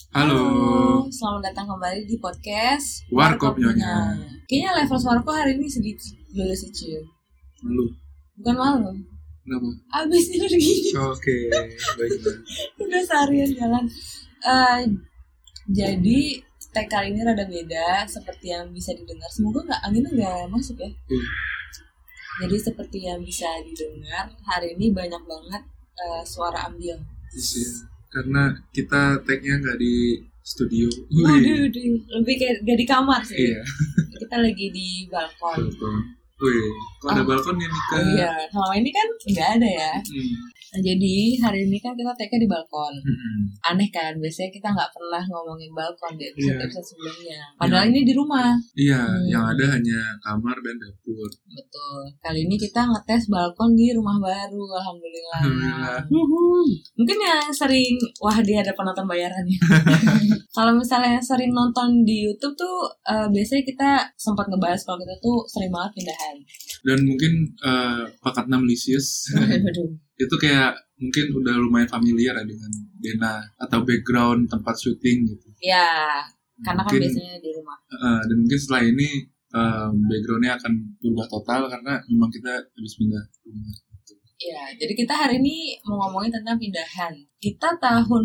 Halo, Selamat datang kembali di podcast Warkop Nyonya. Kayaknya level suaraku hari ini sedikit dulu sih cuy. Malu. Bukan malu, Kenapa? abis energi. Oke, baiklah. Udah seharian jalan. Jadi tag kali ini rada beda, seperti yang bisa didengar. Semoga anginnya nggak masuk ya. Jadi seperti yang bisa didengar, hari ini banyak banget suara ambiar. Iya, karena kita tag-nya nggak di studio. Waduh, lebih kayak gak di kamar sih. Iya. Kita lagi di balkon. Wih, kok ada balkonnya nih Kak? Iya, selama ini kan nggak ada ya. Nah, jadi hari ini kan kita take-nya di balkon. Aneh kan, biasanya kita nggak pernah ngomongin balkon di episode sebelumnya. Padahal ini di rumah. Iya, yang ada hanya kamar dan dapur. Betul. Kali ini kita ngetes balkon di rumah baru, alhamdulillah. Mungkin yang sering, dia ada penonton bayarannya. Kalau misalnya yang sering nonton di YouTube tuh, biasanya kita sempat ngebahas kalau kita tuh sering banget pindahan. Dan mungkin Pakat 6 Lisius itu kayak mungkin udah lumayan familiar ya dengan Dena atau background tempat syuting gitu. Ya, karena mungkin, kan biasanya di rumah. Dan mungkin setelah ini backgroundnya akan berubah total karena memang kita habis pindah rumah. Ya, jadi kita hari ini mau ngomongin tentang pindahan. Kita tahun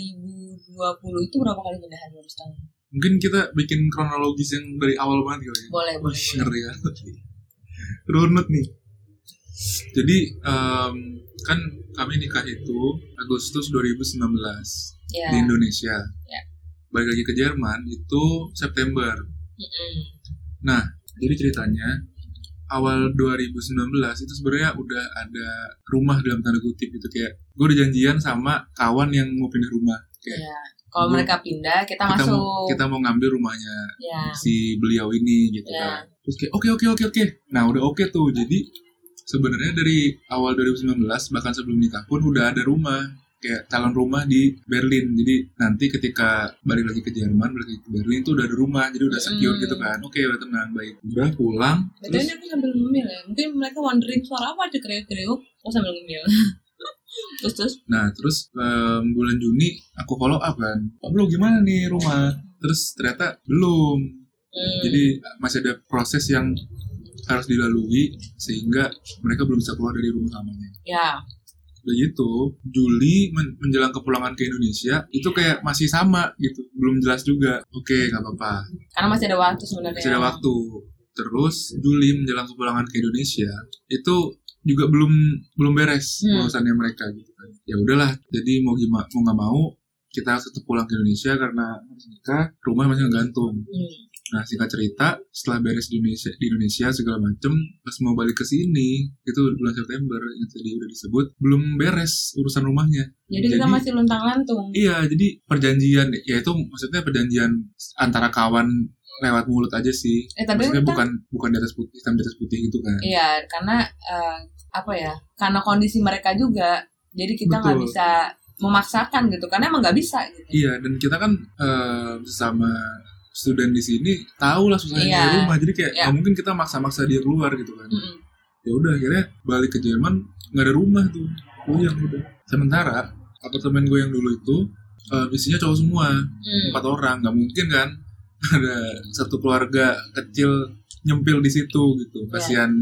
2020 itu berapa kali pindahan menurut kamu? Mungkin kita bikin kronologis yang dari awal banget kali ya. Boleh. Ngeri ya. Runut nih. Jadi kan kami nikah itu Agustus 2019 di Indonesia. Balik lagi ke Jerman itu September. Nah, jadi ceritanya awal 2019 itu sebenarnya udah ada rumah dalam tanda kutip gitu, kayak gue udah janjian sama kawan yang mau pindah rumah kayak. Kalau mereka pindah, kita masuk. Kita mau ngambil rumahnya si beliau ini gitu kan. Terus kayak oke. Nah udah oke tuh. Jadi sebenarnya dari awal 2019 bahkan sebelum nikah pun udah ada rumah, kayak calon rumah di Berlin. Jadi nanti ketika balik lagi ke Jerman, balik lagi ke Berlin tuh udah ada rumah, jadi udah secure gitu kan. Oke, udah tenang, baik. Udah pulang. Betul, ini aku sambil ngemil ya. Mungkin mereka wondering suara apa aja kriuk-kriuk. Aku sambil ngemil. Terus bulan Juni aku follow up kan, Pak Bro gimana nih rumah, terus ternyata belum. Jadi masih ada proses yang harus dilalui sehingga mereka belum bisa keluar dari rumah lamanya. Udah gitu Juli menjelang kepulangan ke Indonesia itu kayak masih sama gitu, belum jelas juga. Oke, nggak apa-apa karena masih ada waktu sebenarnya. Masih ada waktu. Terus Juli menjelang kepulangan ke Indonesia itu juga belum beres urusannya mereka gitu kan. Ya udahlah, jadi mau nggak mau kita tetap pulang ke Indonesia karena nikah, rumah masih ngegantung. Nah, singkat cerita, setelah beres di Indonesia segala macem, pas mau balik ke sini itu bulan September yang tadi udah disebut, belum beres urusan rumahnya. Jadi kita masih luntang-lantung. Iya, jadi perjanjian, ya itu maksudnya perjanjian antara kawan lewat mulut aja sih. Maksudnya bukan di atas putih, hitam di atas putih gitu kan. Iya, karena karena kondisi mereka juga, jadi kita nggak bisa memaksakan gitu, karena emang nggak bisa gitu. Iya, dan kita kan sesama student di sini tahu lah susahnya di rumah, jadi kayak nggak mungkin kita maksa-maksa dia keluar gitu kan. Ya udah, akhirnya balik ke Jerman nggak ada rumah tuh, yang udah. Sementara apartemen gue yang dulu itu isinya cowok semua, 4 orang, nggak mungkin kan ada satu keluarga kecil nyempil di situ gitu. Kasihan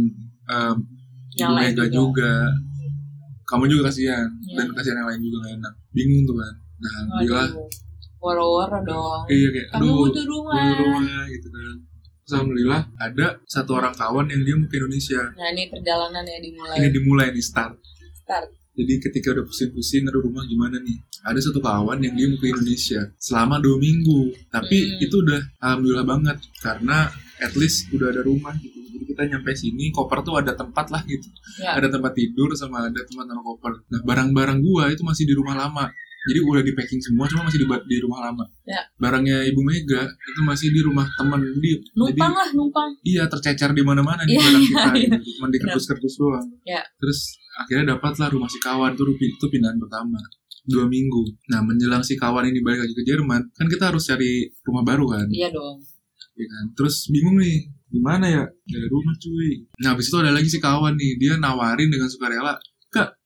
Ibu Mega juga. Kamu juga kasihan. Dan kasihan yang lain juga gak enak. Bingung tuh kan. Nah, alhamdulillah. Woro-woro dong. Iya, kayak butuh rumah gitu kan. Terus alhamdulillah ada satu orang kawan yang dia mau ke Indonesia. Nah, ini perjalanan ya dimulai. Ini dimulai nih, start. Jadi ketika udah pusing-pusing ada rumah gimana nih, ada satu kawan yang dia mau ke Indonesia selama 2 minggu. Tapi itu udah alhamdulillah banget, karena at least udah ada rumah gitu. Jadi kita nyampe sini, koper tuh ada tempat lah gitu. Ada tempat tidur sama ada tempat naruh koper. Nah, barang-barang gua itu masih di rumah lama. Jadi udah di packing semua, cuma masih di rumah lama. Barangnya Ibu Mega itu masih di rumah teman dia. Numpang. Iya, tercecer di mana-mana nih barang kita. Gitu. Cuma di kertas-kertas doang. Terus akhirnya dapatlah rumah si kawan itu pindahan pertama 2 minggu. Nah, menjelang si kawan ini balik lagi ke Jerman, kan kita harus cari rumah baru kan. Iya dong. Ya kan? Terus bingung nih, gimana ya? Gak ada rumah cuy. Nah, habis itu ada lagi si kawan nih, dia nawarin dengan sukarela, Kak,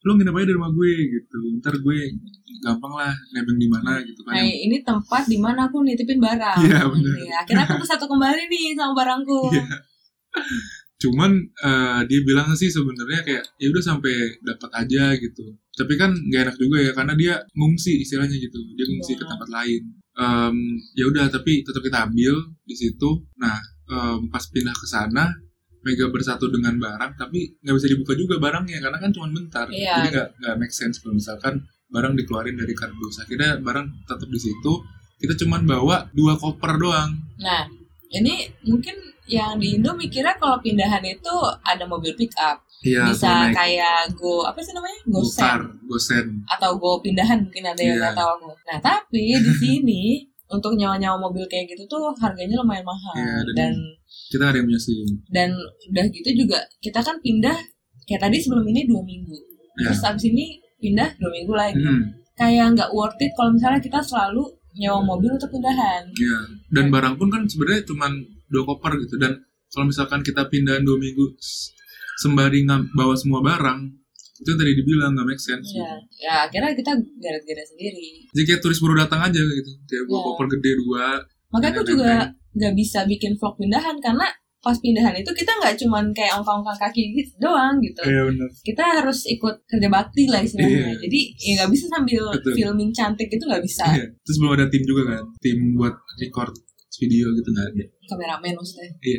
lo nginep aja di rumah gue gitu, ntar gue gampang lah nebeng di mana gitu kan. Nah, ini tempat di mana aku nitipin barang. Iya benar. Ya, akhirnya aku bersatu kembali nih sama barangku. Iya. Cuman dia bilang sih sebenarnya kayak ya udah sampai dapat aja gitu. Tapi kan nggak enak juga ya karena dia ngungsi istilahnya gitu. Dia ngungsi ke tempat lain. Ya udah tapi tetap kita ambil di situ. Nah pas pindah ke sana Mega bersatu dengan barang tapi nggak bisa dibuka juga barangnya karena kan cuma bentar. Iya. Jadi nggak make sense kalau misalkan barang dikeluarin dari kardus. Akhirnya barang tetap di situ. Kita cuma bawa 2 koper doang. Nah ini mungkin yang di Indo mikirnya kalau pindahan itu ada mobil pick up, Iya, bisa kayak go apa sih namanya, Gosen atau go pindahan mungkin ada yang nggak tahu aku. Nah tapi di sini untuk nyawa mobil kayak gitu tuh harganya lumayan mahal. Dan kita ada yang punya SIM. Dan udah gitu juga kita kan pindah kayak tadi sebelum ini 2 minggu, terus abis ini pindah 2 minggu lagi. Kayak nggak worth it kalau misalnya kita selalu nyewa mobil untuk pindahan. Iya. Dan barang pun kan sebenarnya cuma 2 koper gitu. Dan kalau misalkan kita pindahan 2 minggu sembari bawa semua barang, itu yang tadi dibilang nggak make sense. Iya. Gitu. Ya akhirnya kita geret-geret sendiri. Jadi kayak turis baru datang aja gitu. Kayak bawa koper gede 2. Makanya aku juga nggak bisa bikin vlog pindahan karena pas pindahan itu kita nggak cuman kayak ongkang-ongkang kaki gitu doang gitu. Iya benar. Kita harus ikut kerja bakti lah istilahnya. Jadi ya nggak bisa sambil filming cantik itu nggak bisa. Iya. Terus belum ada tim juga kan, tim buat record video gitu nggak ada. Kameramen maksudnya. Iya.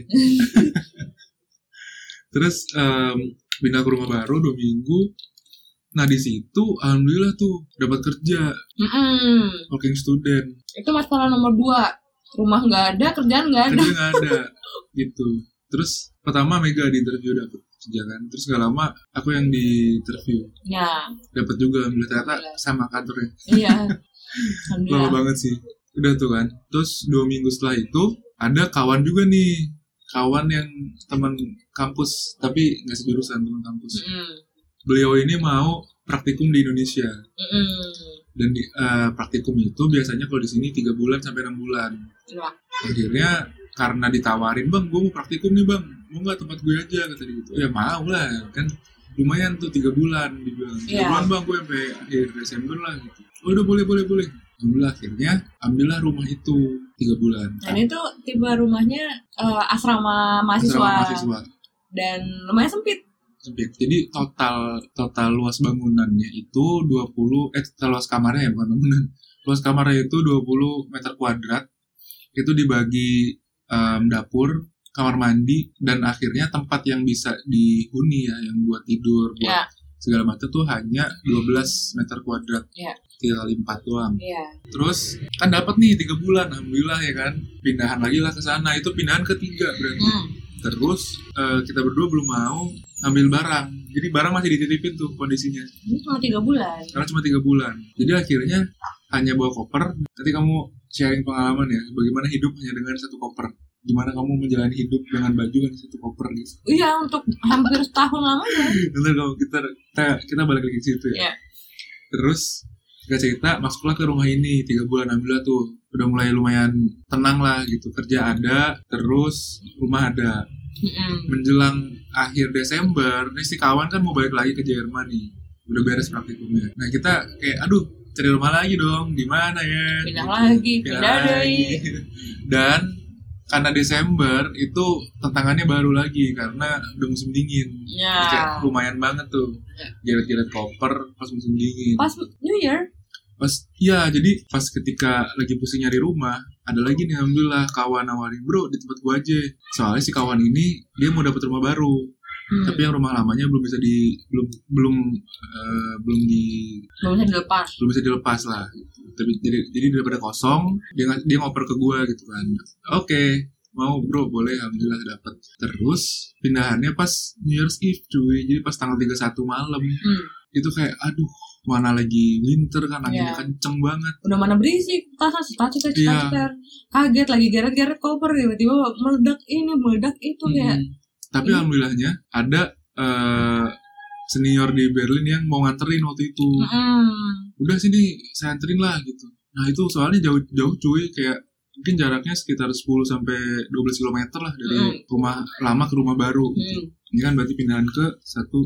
Terus pindah ke rumah baru 2 minggu. Nah di situ alhamdulillah tuh dapat kerja. Working student. Itu masalah nomor 2. Rumah nggak ada, kerjaan nggak ada. Kerja nggak ada, gitu. Terus pertama Mega di interview dapet kerja kan. Terus gak lama aku yang di interview. Ya. Dapat juga, ternyata sama kantornya. Iya. Lama banget sih. Udah tuh kan. Terus 2 minggu setelah itu ada kawan juga nih, kawan yang teman kampus tapi nggak sejurusan, teman kampus. Beliau ini mau praktikum di Indonesia. Dan di praktikum itu biasanya kalau di sini 3 bulan sampai 6 bulan. Akhirnya karena ditawarin, bang, gue mau praktikum nih bang, mau nggak tempat gue aja, kata dia gitu. Ya mau lah, kan lumayan tuh 3 bulan dibilang. 3 bulan bang, gue sampai akhir Desember lah gitu. Oh udah boleh. Alhamdulillah akhirnya ambillah rumah itu 3 bulan. Dan itu tipe rumahnya asrama mahasiswa. Dan lumayan sempit. Jadi total luas bangunannya itu 20 luas kamarnya ya bukan bangunan. Luas kamarnya itu 20 meter kuadrat. Itu dibagi dapur, kamar mandi, dan akhirnya tempat yang bisa dihuni ya, yang buat tidur, buat segala macam tuh hanya 12 meter kuadrat. Tinggal 4 doang. Terus kan dapat nih 3 bulan, alhamdulillah ya kan. Pindahan lagi lah ke sana. Itu pindahan ketiga berarti. Terus kita berdua belum mau ngambil barang. Jadi barang masih dititipin tuh kondisinya. Ini cuma 3 bulan. Karena cuma 3 bulan. Jadi akhirnya hanya bawa koper. Nanti kamu sharing pengalaman ya, bagaimana hidup hanya dengan 1 koper. Gimana kamu menjalani hidup dengan baju dan 1 koper gitu. Iya, untuk hampir setahun lamanya. Nanti kalau kita balik lagi ke situ ya. Terus kita cerita, masuklah ke rumah ini 3 bulan, alhamdulillah tuh udah mulai lumayan tenang lah gitu, kerja ada, terus rumah ada. Menjelang akhir Desember, nih si kawan kan mau balik lagi ke Jerman nih, udah beres praktikumnya. Nah kita kayak, aduh cari rumah lagi dong, gimana ya? Pindah lagi. Dan karena Desember itu tantangannya baru lagi karena udah musim dingin. Kayak lumayan banget tuh, geret-geret koper pas musim dingin. Pas New Year. Jadi pas ketika lagi pusing nyari rumah, ada lagi nih alhamdulillah kawan nawarin, bro di tempat gua aja. Soalnya si kawan ini dia mau dapat rumah baru, tapi yang rumah lamanya belum bisa dilepas lah. Jadi daripada kosong, dia ngoper ke gua gitu kan. Oke, mau bro, boleh, alhamdulillah dapat. Terus pindahannya pas New Year's Eve cuy, jadi pas tanggal 31 malam. Itu kayak aduh, mana lagi winter kan, anginnya kenceng banget. Udah mana berisik, cetar. Kaget lagi geret-geret koper, tiba-tiba meledak ini, meledak itu ya. Tapi alhamdulillahnya ada senior di Berlin yang mau nganterin waktu itu. Udah sini saya anterin lah gitu. Nah itu soalnya jauh cuy, kayak mungkin jaraknya sekitar 10 sampai 12 km lah dari rumah lama ke rumah baru gitu. Ini kan berarti pindahan ke satu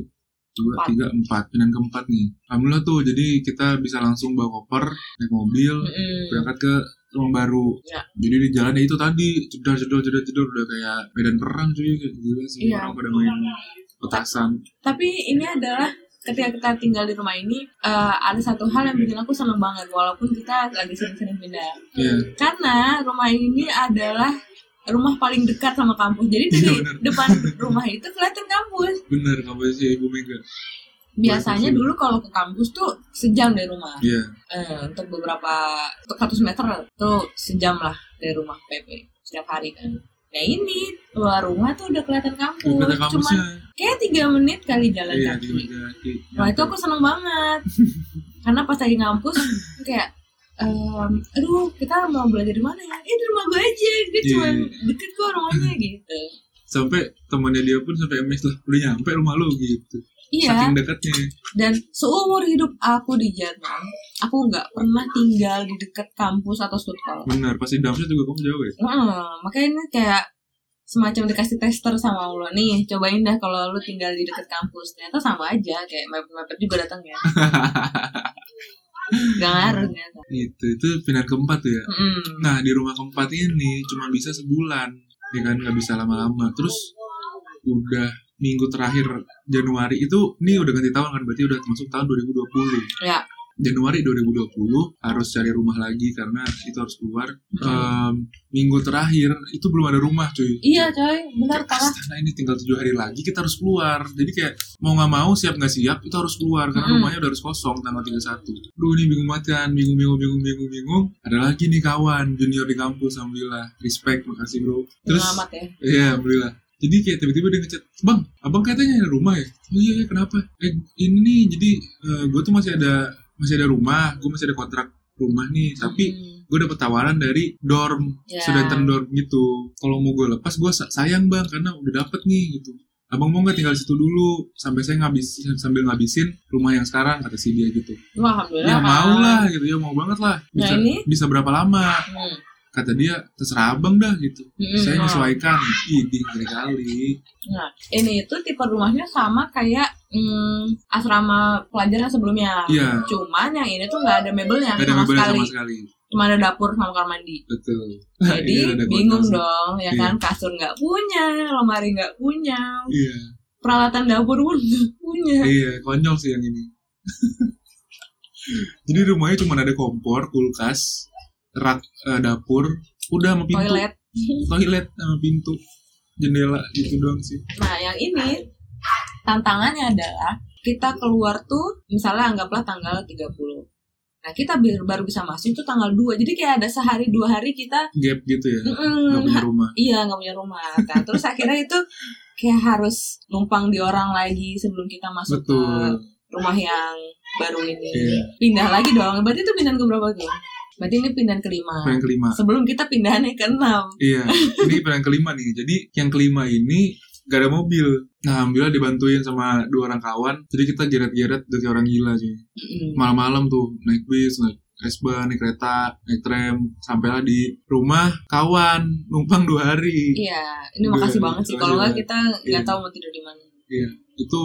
2, 3, 4 pindahan keempat nih. Alhamdulillah tuh, jadi kita bisa langsung bawa koper, naik mobil, berangkat ke rumah baru. Ya. Jadi di jalan itu tadi jedor udah kayak medan perang cuy, gila sih orang pada main petasan. Tapi ini adalah ketika kita tinggal di rumah ini ada satu hal yang bikin aku seneng banget walaupun kita lagi sering-sering pindah. Karena rumah ini adalah rumah paling dekat sama kampus. Jadi dari depan rumah itu kelihatan kampus. Bener, kampusnya Ibu Mega. Biasanya dulu kalau ke kampus tuh sejam dari rumah. Iya. Untuk 100 meter tuh sejam lah dari rumah PP setiap hari kan. Nah ini luar rumah tuh udah kelihatan kampus. Cuma kayak 3 menit kali jalan kaki. Wah itu aku seneng banget. Karena pas lagi ngampus kayak aduh kita mau belajar di mana ya? Di rumah gue aja, dia cuma deket kok rumahnya gitu. Sampai temannya dia pun sampai emes lah, udah nyampe rumah lo gitu. Iya. Saking dekatnya. Dan seumur hidup aku di Jerman, aku nggak pernah tinggal di dekat kampus atau sekolah. Benar, pasti Darmstadt juga kamu jauh ya. Makanya ini kayak semacam dikasih tester sama Allah nih, cobain dah kalau lu tinggal di dekat kampus. Ternyata sama aja, kayak mepet juga datang ya. Gak ngaruh ternyata. Itu pindahan keempat tuh ya. Nah di rumah keempat ini cuma bisa sebulan, ya kan, nggak bisa lama-lama. Terus udah minggu terakhir Januari itu, nih udah ganti tahun kan, berarti udah masuk tahun 2020. Ya. Januari 2020 harus cari rumah lagi karena itu harus keluar. Minggu terakhir itu belum ada rumah cuy. Iya coy, benar parah. Nah ini tinggal 7 hari lagi kita harus keluar. Jadi kayak mau nggak mau, siap nggak siap itu harus keluar karena rumahnya udah harus kosong tanggal 31. Duh ini bingung banget kan, bingung. Ada lagi nih kawan junior di kampus, alhamdulillah, respect, makasih bro. Terus selamat ya. Iya alhamdulillah. Jadi kayak tiba-tiba dia ngechat, bang, abang katanya ada rumah ya? Oh iya kenapa? Ini nih jadi gue tuh masih ada rumah, gue masih ada kontrak rumah nih, tapi gue dapet tawaran dari dorm, student dorm gitu. Kalau mau gue lepas, gue sayang bang, karena udah dapet nih gitu. Abang mau nggak tinggal di situ dulu sampai saya sambil ngabisin rumah yang sekarang, kata si dia gitu. Wah, alhamdulillah. Ya mau lah gitu, ya mau banget lah. Bisa berapa lama? Kata dia terserah abang dah gitu. Saya menyesuaikan. Kali. Nah ini itu tipe rumahnya sama kayak asrama pelajar yang sebelumnya. Iya. Cuman yang ini tuh nggak ada mebelnya sama sekali. Cuma ada dapur sama kamar mandi. Betul. Jadi bingung dong ya kan, kasur nggak punya, lemari nggak punya. Iya. Peralatan dapur pun nggak punya. Iya, konyol sih yang ini. Jadi rumahnya cuma ada kompor, kulkas, rak dapur, udah sama pintu. Toilet sama pintu. Jendela gitu doang sih. Nah, yang ini tantangannya adalah kita keluar tuh misalnya anggaplah tanggal 30. Nah, kita baru bisa masuk itu tanggal 2. Jadi kayak ada sehari 2 hari kita gap gitu ya. Enggak punya rumah. Iya, enggak punya rumah. Nah, terus akhirnya itu kayak harus numpang di orang lagi sebelum kita masuk ke rumah yang baru ini. Pindah lagi dong. Berarti itu pindahan ke berapa tuh? Berarti ini pindahan kelima. Sebelum kita pindahan yang ke-6. Iya, ini pindahan kelima nih. Jadi yang kelima ini gak ada mobil. Nah, alhamdulillah dibantuin sama 2 orang kawan. Jadi kita geret-geret dari orang gila sih. Malam-malam tuh naik bis, naik S-Bahn, naik kereta, naik tram, sampailah di rumah kawan, numpang 2 hari. Iya, ini makasih banget sih. Kalau nggak kita nggak tahu mau tidur di mana. Iya, itu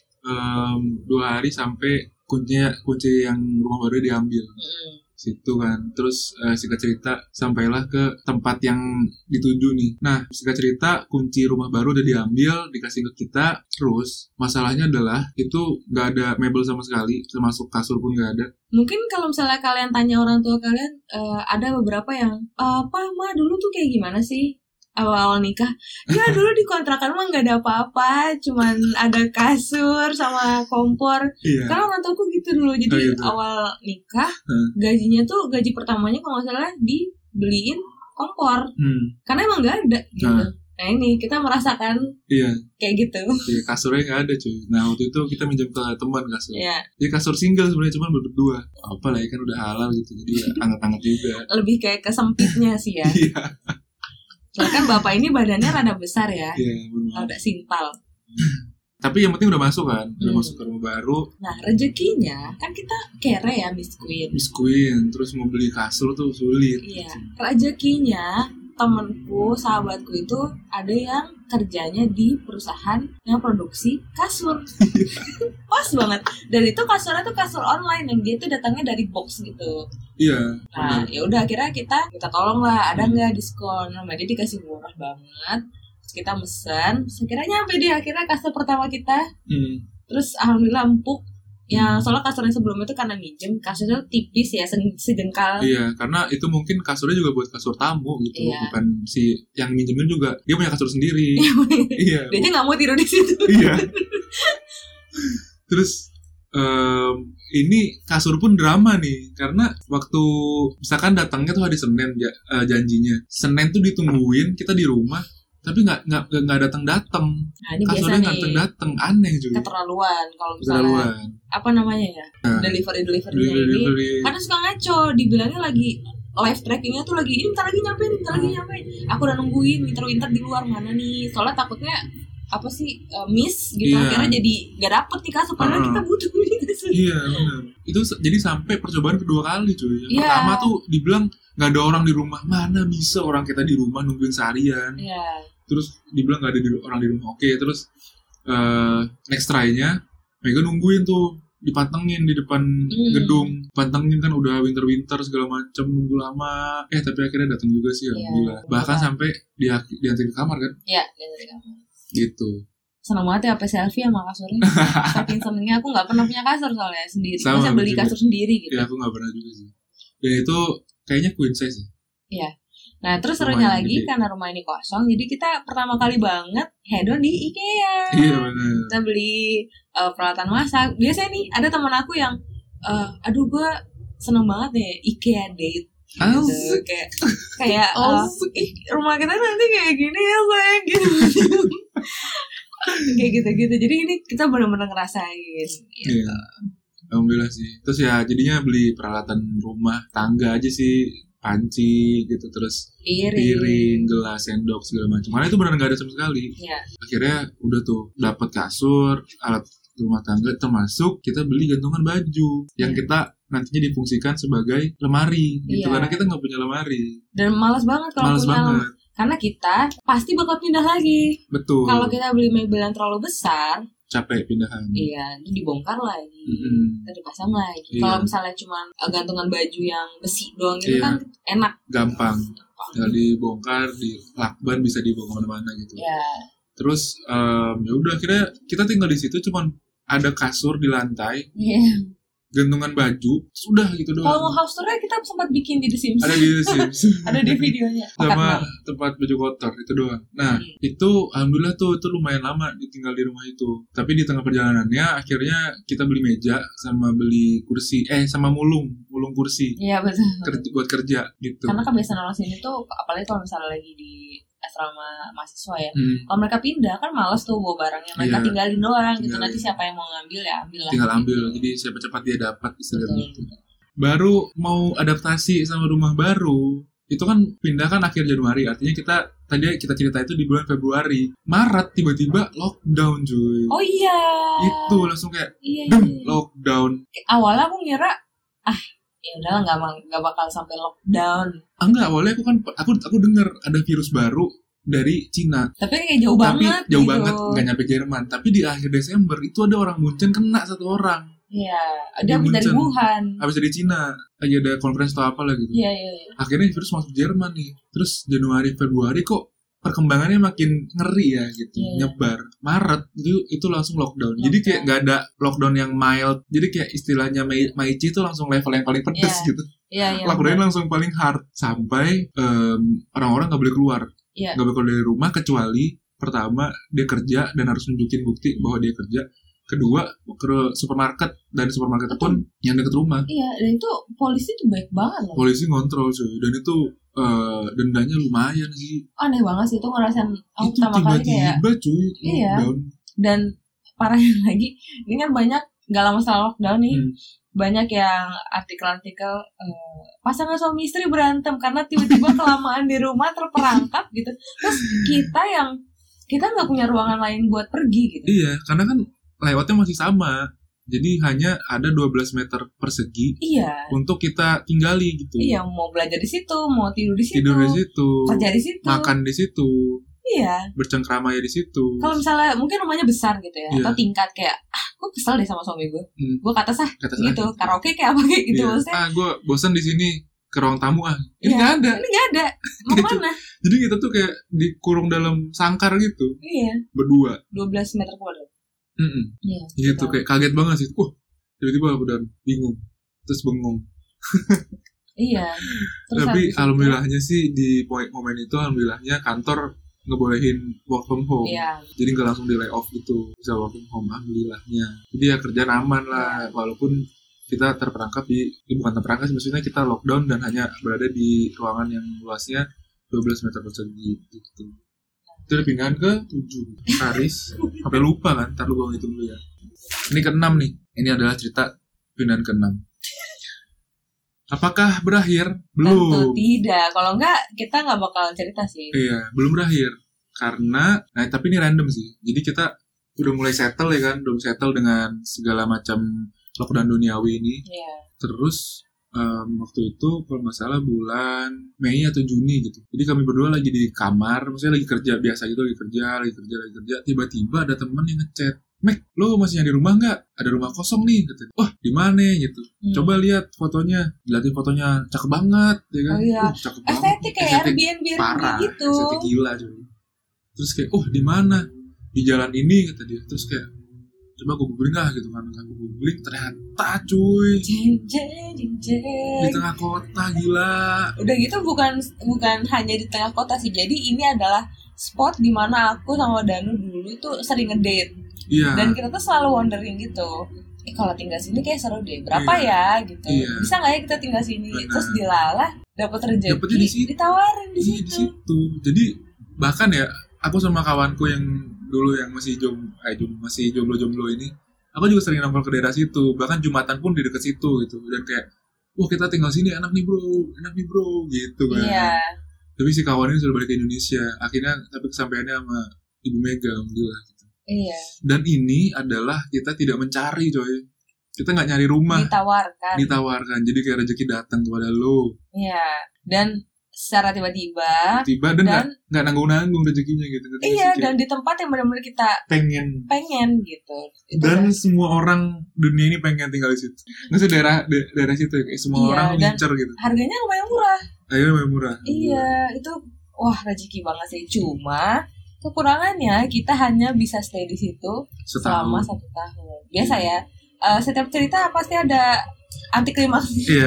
2 hari sampai kunci yang rumah baru diambil. Situ kan, terus singkat cerita sampailah ke tempat yang dituju nih. Nah singkat cerita kunci rumah baru udah diambil, dikasih ke kita. Terus masalahnya adalah itu nggak ada mebel sama sekali, termasuk kasur pun nggak ada. Mungkin kalau misalnya kalian tanya orang tua kalian, ada beberapa yang ma dulu tuh kayak gimana sih awal nikah? Ya dulu di kontrakan mah nggak ada apa-apa, cuman ada kasur sama kompor. Karena orang tuaku gitu dulu. Jadi awal nikah gajinya tuh gaji pertamanya kalau nggak salah dibeliin kompor. Karena emang nggak ada gitu. Nah ini kita merasakan kayak gitu. Iya, kasurnya nggak ada cuy. Nah waktu itu kita minjem ke teman kasur. Jadi kasur single sebenarnya, cuma berdua. Apa lah ya kan udah halal gitu, jadi hangat-hangat juga. Lebih kayak kesempitnya sih ya. Soalnya kan bapak ini badannya rada besar ya, rada simpal. Tapi yang penting udah masuk kan, udah masuk ke rumah baru. Nah rezekinya kan kita kere ya Miss Queen. Terus mau beli kasur tuh sulit. Iya, rezekinya temenku, sahabatku itu ada yang kerjanya di perusahaan yang produksi kasur. Pas banget. Dan itu kasurnya tuh kasur online yang dia tuh datangnya dari box gitu. Iya. Nah, ya udah akhirnya kita tolong lah, ada nggak diskon? Nah, dia dikasih murah banget. Terus kita mesen, sekiranya nyampe dia akhirnya kasur pertama kita. Terus alhamdulillah empuk. Ya, soalnya kasurnya sebelumnya itu karena minjem, kasurnya tipis ya, sejengkal. Iya, karena itu mungkin kasurnya juga buat kasur tamu gitu, bukan si yang minjemin juga dia punya kasur sendiri. Iya. Dia nggak mau tidur di situ. Iya. Terus ini kasur pun drama nih, karena waktu misalkan datangnya tuh hari Senin janjinya, Senin tuh ditungguin kita di rumah. Tapi nggak datang. Nah, ini kasurnya biasa nggak datang, aneh juga. Keterlaluan kalau misalnya apa namanya ya, delivery ini kadang suka ngaco, dibilangnya lagi live trackingnya tuh lagi ini bentar lagi nyampe. Aku udah nungguin winter di luar mana nih, soalnya takutnya apa sih miss gitu, akhirnya jadi nggak dapet nih kasur padahal kita butuh nih kasur. Iya benar. Itu jadi sampai percobaan kedua kali cuy. Yang pertama tuh dibilang nggak ada orang di rumah, mana bisa orang kita di rumah nungguin seharian. Terus dibilang nggak ada orang di rumah. Oke, terus next try-nya Mega nungguin tuh, dipantengin di depan gedung, pantengin kan udah winter segala macam, nunggu lama. Tapi akhirnya datang juga sih, alhamdulillah. Bahkan sampai diantar ke kamar kan? Iya, diantar ke kamar. Gitu. Senang banget ya, sampai selfie sama kasurnya. Saking senengnya aku nggak pernah punya kasur soalnya sendiri. Sama, saya beli kasur sendiri gitu. Iya, aku nggak pernah juga sih. Dan itu kayaknya queen size sih. Iya. Nah, terus serunya lagi karena rumah ini kosong, jadi kita pertama kali banget hedon di IKEA. Iya benar. Kita beli peralatan masak. Biasanya nih ada teman aku yang, aduh gue seneng banget nih IKEA date. Gitu. Kayak rumah kita nanti kayak gini ya sayang gitu. Kayak gitu. Jadi ini kita benar-benar ngerasain. Gitu. Iya. Alhamdulillah sih. Terus ya jadinya beli peralatan rumah tangga aja sih. Panci gitu, terus piring, gelas, sendok segala macam. Mana itu benar nggak ada sama sekali. Iya. Akhirnya udah tuh dapat kasur, alat rumah tangga, termasuk kita beli gantungan baju yang kita nantinya difungsikan sebagai lemari gitu, karena kita nggak punya lemari. Dan malas banget kalau punya lemari. Karena kita pasti bakal pindah lagi. Betul. Kalau kita beli mebel yang terlalu besar, capek pindahan. Iya, itu dibongkar lagi, kita dipasang lagi. Iya. Kalau misalnya cuma gantungan baju yang besi doang itu kan enak, gampang. Tinggal dibongkar, di lakban bisa dibawa kemana-mana gitu. Iya. Terus ya udah akhirnya kita tinggal di situ, cuman ada kasur di lantai. Iya. Gantungan baju sudah gitu doang. Kalau house tour-nya kita sempat bikin di The Sims. Ada di The Sims. Ada di videonya. Sama tempat baju kotor itu doang. Nah, itu alhamdulillah tuh itu lumayan lama tinggal di rumah itu. Tapi di tengah perjalanannya akhirnya kita beli meja sama beli kursi, sama mulung kursi. Iya betul. Buat kerja gitu. Karena kebiasaan orang sini tuh, apalagi kalau misalnya lagi di asrama mahasiswa ya, kalau mereka pindah kan malas tuh bawa barangnya, mereka tinggalin doang gitu. Nanti siapa yang mau ngambil ya ambil lah. Tinggal ambil, jadi siapa cepat dia dapat istilahnya gitu. Baru mau adaptasi sama rumah baru, itu kan pindah kan akhir Januari, artinya kita cerita itu di bulan Februari. Maret tiba-tiba lockdown cuy. Oh iya. Itu langsung kayak lockdown. Awalnya aku ngira ya udahlah nggak bakal sampai lockdown. Enggak, awalnya aku dengar ada virus baru dari Cina. Tapi kayak jauh banget. Jauh banget, nggak nyampe Jerman. Tapi di akhir Desember itu ada orang Munchen kena 1 orang. Iya, dia habis dari Wuhan. Habis dari Cina, lagi ada conference atau apa lah gitu. Iya. Akhirnya virus masuk Jerman nih. Terus Januari, Februari kok perkembangannya makin ngeri ya gitu, nyebar. Maret itu langsung lockdown. Jadi kayak nggak ada lockdown yang mild. Jadi kayak istilahnya Maici itu langsung level yang paling pedes gitu. Iya. Lockdown langsung paling hard sampai orang-orang nggak boleh keluar. Nggak boleh keluar dari rumah kecuali pertama dia kerja dan harus nunjukin bukti bahwa dia kerja. Kedua ke supermarket, dan supermarket pun yang dekat rumah. Iya, dan itu polisi tuh baik banget loh. Polisi ngontrol cuy, dan itu dendanya lumayan sih. Aneh banget sih itu ngerasain aku pertama kali kayak tiba-tiba cuy lockdown. Dan parahnya lagi ini kan banyak nggak lama setelah lockdown nih banyak yang artikel-artikel pasangan suami istri berantem karena tiba-tiba kelamaan di rumah terperangkap gitu. Terus kita nggak punya ruangan lain buat pergi gitu. Iya, karena kan lewatnya masih sama. Jadi hanya ada 12 meter persegi untuk kita tinggali gitu. Iya, mau belajar di situ, mau tidur di situ. Kerja di situ. Makan di situ. Iya. Bercengkrama ya di situ. Kalau misalnya mungkin rumahnya besar gitu ya, atau tingkat kayak gue kesel deh sama suami gue. Gue ke atas gitu, karaoke kayak apa kayak gitu maksudnya. Gue bosan di sini, ke ruang tamu Ini nggak ada. Mau gitu. Mana? Jadi kita tuh kayak dikurung dalam sangkar gitu. Iya. Berdua. 12 meter kuadrat. Iya, gitu kayak kaget banget sih. Tiba-tiba aku udah bingung, terus bengong. Iya. Tapi alhamdulillahnya sih di momen itu alhamdulillahnya kantor ngebolehin work from home. Iya. Jadi nggak langsung di lay off gitu, bisa work from home alhamdulillahnya. Jadi ya kerjaan aman lah, walaupun kita terperangkap bukan terperangkap sih, maksudnya kita lockdown dan hanya berada di ruangan yang luasnya 12 meter persegi gitu. Itu udah pindahan ke 7 Karis. Sampai lupa kan, ntar lu gue ngitung dulu ya. Ini ke-6 nih. Ini adalah cerita pindahan ke-6. Apakah berakhir? Belum. Tentu tidak. Kalau enggak, kita nggak bakal cerita sih. Iya, belum berakhir. Karena, tapi ini random sih. Jadi kita udah mulai settle ya kan. Udah settle dengan segala macam lockdown duniawi ini. Iya. Terus waktu itu kalau nggak salah bulan Mei atau Juni gitu. Jadi kami berdua lagi di kamar, maksudnya lagi kerja biasa gitu, lagi kerja. Tiba-tiba ada teman yang ngechat, "Mek, lo masih yang di rumah nggak? Ada rumah kosong nih," gitu. "Wah, di mana?" gitu. "Coba lihat fotonya." Dilihatin fotonya, cakep banget, ya kan? Oh iya. Cakep estetik banget. kayak Airbnb parah, gitu. Estetik gila cuy. Terus kayak, "Di mana?" "Di jalan ini," kata dia. Terus kayak, coba gue googling lah gitu kan. Gue googling, ternyata cuy di tengah kota, gila. Udah gitu bukan hanya di tengah kota sih. Jadi ini adalah spot di mana aku sama Danu dulu tuh sering ngedate. Iya. Dan kita tuh selalu wondering gitu, kalau tinggal sini kayak seru deh. Berapa ya gitu. Iya. Bisa nggak ya kita tinggal sini? Benar. Terus dilalah dapat rezeki, ditawarin di situ. Jadi bahkan ya aku sama kawanku yang dulu yang masih masih jomblo ini, aku juga sering nongkrong ke daerah situ, bahkan Jumatan pun di dekat situ gitu. Dan kayak, wah kita tinggal sini enak nih bro gitu kan. Iya. Tapi si kawan ini sudah balik ke Indonesia akhirnya, tapi kesampaiannya sama Ibu Mega alhamdulillah gitu. Iya. Dan ini adalah kita tidak mencari coy, kita nggak nyari rumah, ditawarkan. Jadi kayak rezeki datang kepada lo. Iya. Dan secara tiba-tiba dan nggak nanggung rezekinya gitu. Iya, dan di tempat yang benar-benar kita pengen gitu. Dan semua orang dunia ini pengen tinggal di situ. Nggak sih daerah situ ya, kayak semua orang ngincer gitu. Harganya lumayan murah. Iya, itu wah rezeki banget sih. Cuma kekurangannya kita hanya bisa stay di situ selama 1 tahun. Biasa ya. Setiap cerita pasti ada anti klimaks. Iya.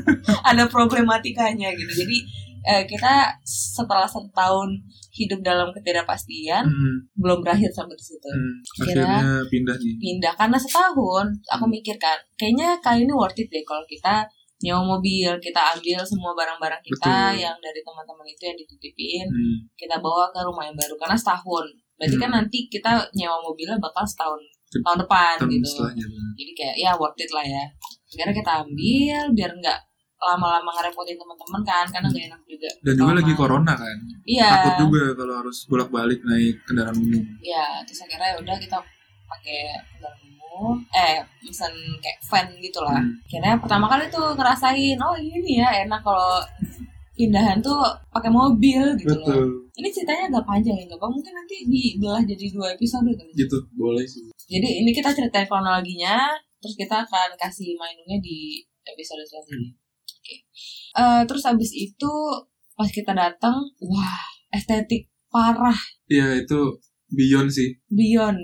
Ada problematikanya gitu. Jadi kita setelah 1 tahun hidup dalam ketidakpastian, belum berakhir sampai di situ. Akhirnya pindah karena setahun aku mikirkan kayaknya kali ini worth it deh kalau kita nyewa mobil, kita ambil semua barang-barang kita. Betul. Yang dari teman-teman itu yang dititipin, kita bawa ke rumah yang baru karena setahun. Berarti kan nanti kita nyewa mobilnya bakal tahun depan gitu. Jadi kayak ya worth it lah ya. Akhirnya kita ambil biar nggak lama-lama ngerepotin teman-teman kan, karena nggak enak juga. Dan juga lagi corona kan. Iya. Takut juga kalau harus bolak-balik naik kendaraan umum. Iya, terus akhirnya udah kita pakai kendaraan umum, pesan kayak van gitu lah. Akhirnya pertama kali tuh ngerasain, ini ya enak kalau pindahan tuh pakai mobil gitu. Betul. Loh. Ini ceritanya agak panjang ya, nggak apa? Mungkin nanti dibelah jadi 2 episode gitu. Boleh sih. Jadi ini kita ceritain kronologinya, terus kita akan kasih mainungnya di episode selanjutnya. Oke. Terus abis itu pas kita datang, wah estetik parah. Iya itu beyond sih. Beyond.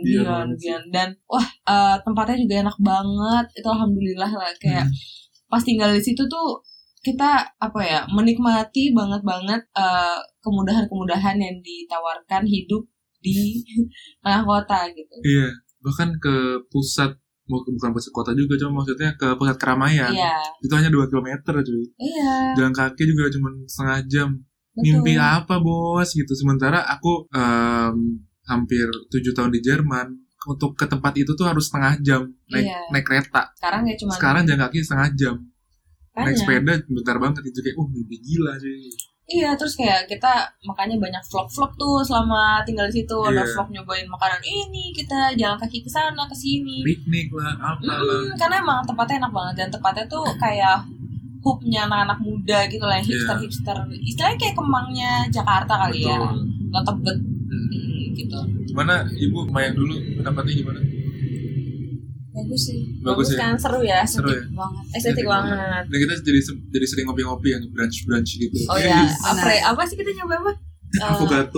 Dan wah tempatnya juga enak banget. Itu alhamdulillah lah kayak pas tinggal di situ tuh kita menikmati banget kemudahan-kemudahan yang ditawarkan hidup di tengah kota gitu. Iya, bahkan ke pusat, bukan pusat kota juga, cuma maksudnya ke pusat keramaian. Iya. Itu hanya 2 kilometer cuy. Iya. Jalan kaki juga cuma setengah jam. Betul. Mimpi apa bos gitu. Sementara aku hampir 7 tahun di Jerman, untuk ke tempat itu tuh harus setengah jam naik kereta. Sekarang jalan kaki setengah jam. Naik sepeda bentar banget itu kayak mimpi gila cuy. Iya, terus kayak kita makanya banyak vlog-vlog tuh selama tinggal di situ. Ada vlog nyobain makanan ini, kita jalan kaki ke sana ke sini. Piknik lah, apalah. Karena emang tempatnya enak banget dan tempatnya tuh kayak hubnya anak-anak muda gitu lah, hipster-hipster. Istilahnya kayak Kemangnya Jakarta kali. Betul. Ya. Nggak Tebet gitu. Gimana Ibu main dulu, pendapatnya gimana? Bagus sih. Bagus kan, seru ya, estetik banget. Estetik banget. Dan kita jadi sering ngopi-ngopi yang brunch gitu. Oh ya, apa sih kita nyoba apa? Avocado,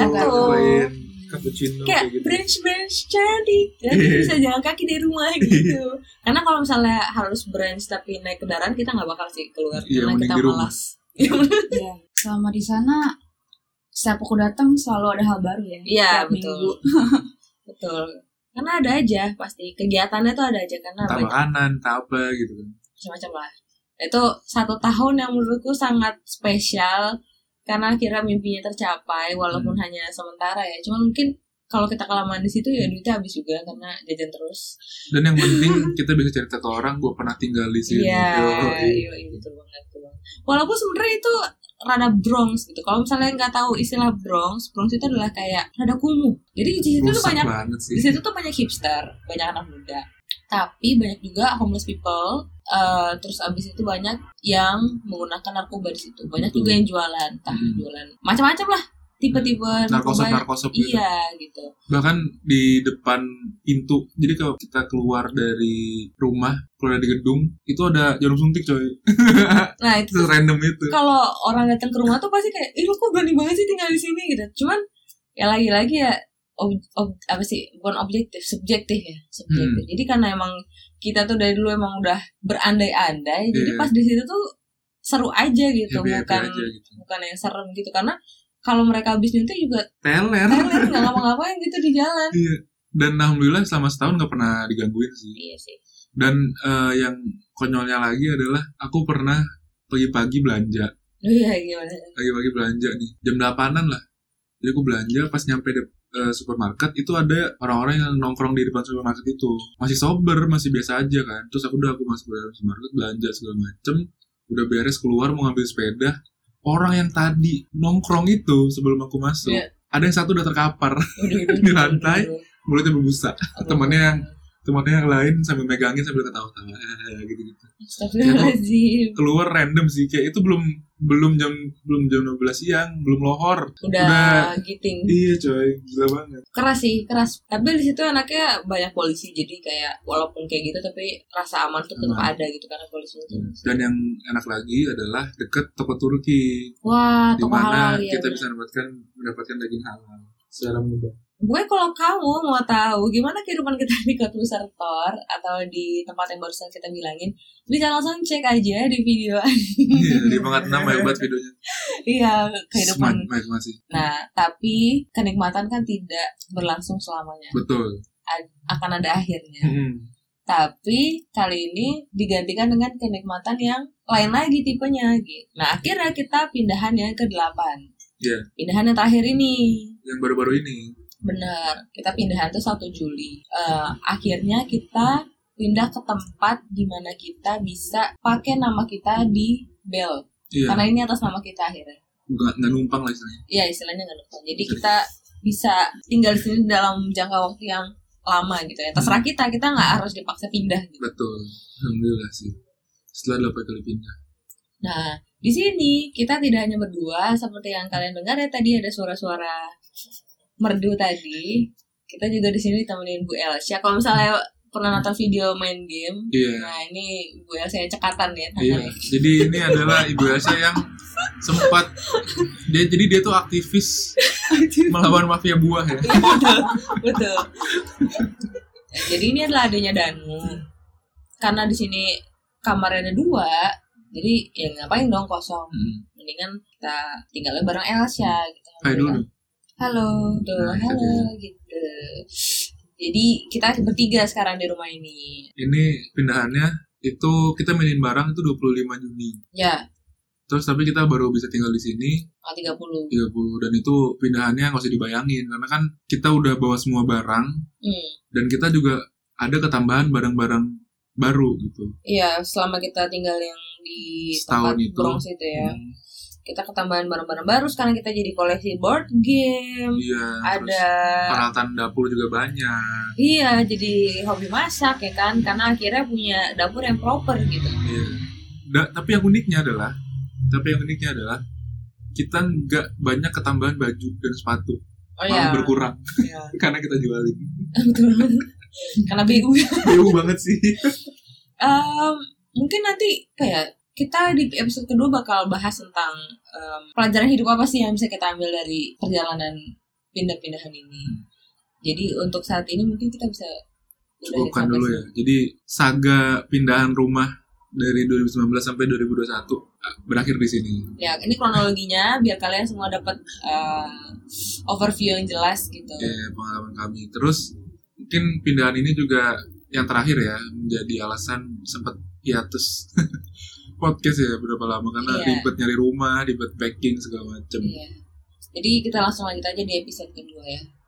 cappuccino kayak gitu. Brunch cantik. Jadi bisa jalan kaki dari rumah gitu. Karena kalau misalnya harus brunch tapi naik kendaraan, kita nggak bakal sih keluar karena kita malas. Iya. Selama di sana setiap aku datang selalu ada hal baru ya. Iya, betul. Betul. Karena ada aja pasti kegiatannya tuh ada aja karena entah makanan, entah apa gitu kan. Macam-macam lah. Itu 1 tahun yang menurutku sangat spesial karena akhirnya mimpinya tercapai walaupun hanya sementara ya. Cuma mungkin kalau kita kelamaan di situ ya duitnya habis juga karena jajan terus. Dan yang penting kita bisa cerita ke orang gue pernah tinggal di sini. Iya, betul banget. Walaupun sebenarnya itu rada Bronx gitu. Kalau misalnya nggak tahu istilah Bronx itu adalah kayak rada kumuh. Jadi di situ tuh banyak, di situ tuh banyak hipster, banyak anak muda. Tapi banyak juga homeless people. Terus abis itu banyak yang menggunakan narkoba di situ. Banyak juga yang jualan, jualan macam-macam lah. Tipe-tipe narkoba gitu. Iya gitu. Bahkan di depan pintu. Jadi kalau kita keluar dari rumah, keluar dari gedung, itu ada jarum suntik coy. Nah itu random itu. Kalau orang datang ke rumah tuh pasti kayak, lu kok berani banget sih tinggal di sini gitu. Cuman ya lagi-lagi ya apa sih, bukan objektif, subjektif ya, subjektif. Jadi karena emang kita tuh dari dulu emang udah berandai-andai, jadi pas di situ tuh seru aja gitu, bukan yang serem gitu. Karena kalau mereka habis nyuntik juga teler nggak ngapa-ngapain gitu di jalan. Iya. Dan alhamdulillah selama setahun nggak pernah digangguin sih. Iya sih. Dan yang konyolnya lagi adalah aku pernah pagi-pagi belanja. Oh iya, gimana? Pagi-pagi belanja nih, jam 8-an lah. Jadi aku belanja, pas nyampe supermarket itu ada orang-orang yang nongkrong di depan supermarket itu. Masih sober, masih biasa aja kan. Terus aku masuk ke dalam supermarket, belanja segala macem. Udah beres, keluar mau ngambil sepeda. Orang yang tadi nongkrong itu sebelum aku masuk, ada yang satu udah terkapar di lantai, mulutnya berbusa. Temannya yang lain sambil megangin sambil ketawa-tawa gitu-gitu. Astagfirullahaladzim. Keluar random sih, kayak itu belum jam 12 siang, belum lohor. Udah giting. Iya coy, gila banget. Keras sih, keras. Tapi di situ anaknya banyak polisi, jadi kayak walaupun kayak gitu tapi rasa aman tuh tetap ada gitu karena polisi itu. Dan yang enak lagi adalah deket toko Turki. Wah, toko halal ya. Kita bisa mendapatkan daging halal secara mudah. Gue kalau kamu mau tahu gimana kehidupan kita di Kota Besar Tor atau di tempat yang barusan kita bilangin, bisa langsung cek aja di video. Iya, di Bangat 6 banyak banget videonya. Iya, kehidupan. Masih. Nah, tapi kenikmatan kan tidak berlangsung selamanya. Betul. Akan ada akhirnya. Tapi kali ini digantikan dengan kenikmatan yang lain lagi tipenya gitu. Nah, akhirnya kita pindahan yang ke-8. Iya. Pindahan yang terakhir ini. Yang baru-baru ini. Benar, kita pindahan tuh 1 Juli. Akhirnya kita pindah ke tempat di mana kita bisa pakai nama kita di Bel. Iya. Karena ini atas nama kita akhirnya. Nggak numpang lah istilahnya. Iya, istilahnya nggak numpang. Jadi kita bisa tinggal di sini dalam jangka waktu yang lama gitu ya. Terserah kita nggak harus dipaksa pindah. Gitu. Betul, alhamdulillah sih. Setelah 8 kali pindah. Nah, di sini kita tidak hanya berdua seperti yang kalian dengar ya tadi ada suara-suara merdu tadi. Kita juga di sini ditemenin Bu Elsa. Kalau misalnya pernah nonton video main game, nah ini Bu Elsa yang cekatan ya. Iya. Jadi ini adalah Ibu Elsa yang sempat dia tuh aktivis melawan mafia buah ya. Betul. Jadi ini adalah adanya Danu. Karena di sini kamarnya ada 2, jadi ya ngapain dong kosong. Mendingan kita tinggalnya bareng Elsa gitu. Kayak dulu. Halo, gitu. Jadi kita bertiga sekarang di rumah ini. Ini pindahannya itu kita mainin barang itu 25 Juni. Ya. Terus tapi kita baru bisa tinggal di sini 30. Dan itu pindahannya nggak usah dibayangin karena kan kita udah bawa semua barang. Dan kita juga ada ketambahan barang-barang baru gitu. Iya, selama kita tinggal yang di setahun tempat Bronx itu ya. kita ketambahan barang-barang baru, sekarang kita jadi koleksi board game. Iya. Ada peralatan dapur juga banyak. Iya, jadi hobi masak ya kan, karena akhirnya punya dapur yang proper gitu. Iya. Tapi yang uniknya adalah kita nggak banyak ketambahan baju dan sepatu. Malah berkurang. Iya. Karena kita jualin. Betul. Karena BU. BU banget sih. Mungkin nanti kayak kita di episode kedua bakal bahas tentang pelajaran hidup apa sih yang bisa kita ambil dari perjalanan pindah-pindahan ini. Jadi untuk saat ini mungkin kita bisa cukupkan dulu ya. Jadi saga pindahan rumah dari 2019 sampai 2021 berakhir di sini. Ya, ini kronologinya biar kalian semua dapat overview yang jelas gitu. Ya, pengalaman kami. Terus mungkin pindahan ini juga yang terakhir ya menjadi alasan sempat hiatus podcast ya berapa lama karena ribet nyari rumah, ribet packing segala macam. Iya. Jadi kita langsung lanjut aja di episode kedua ya.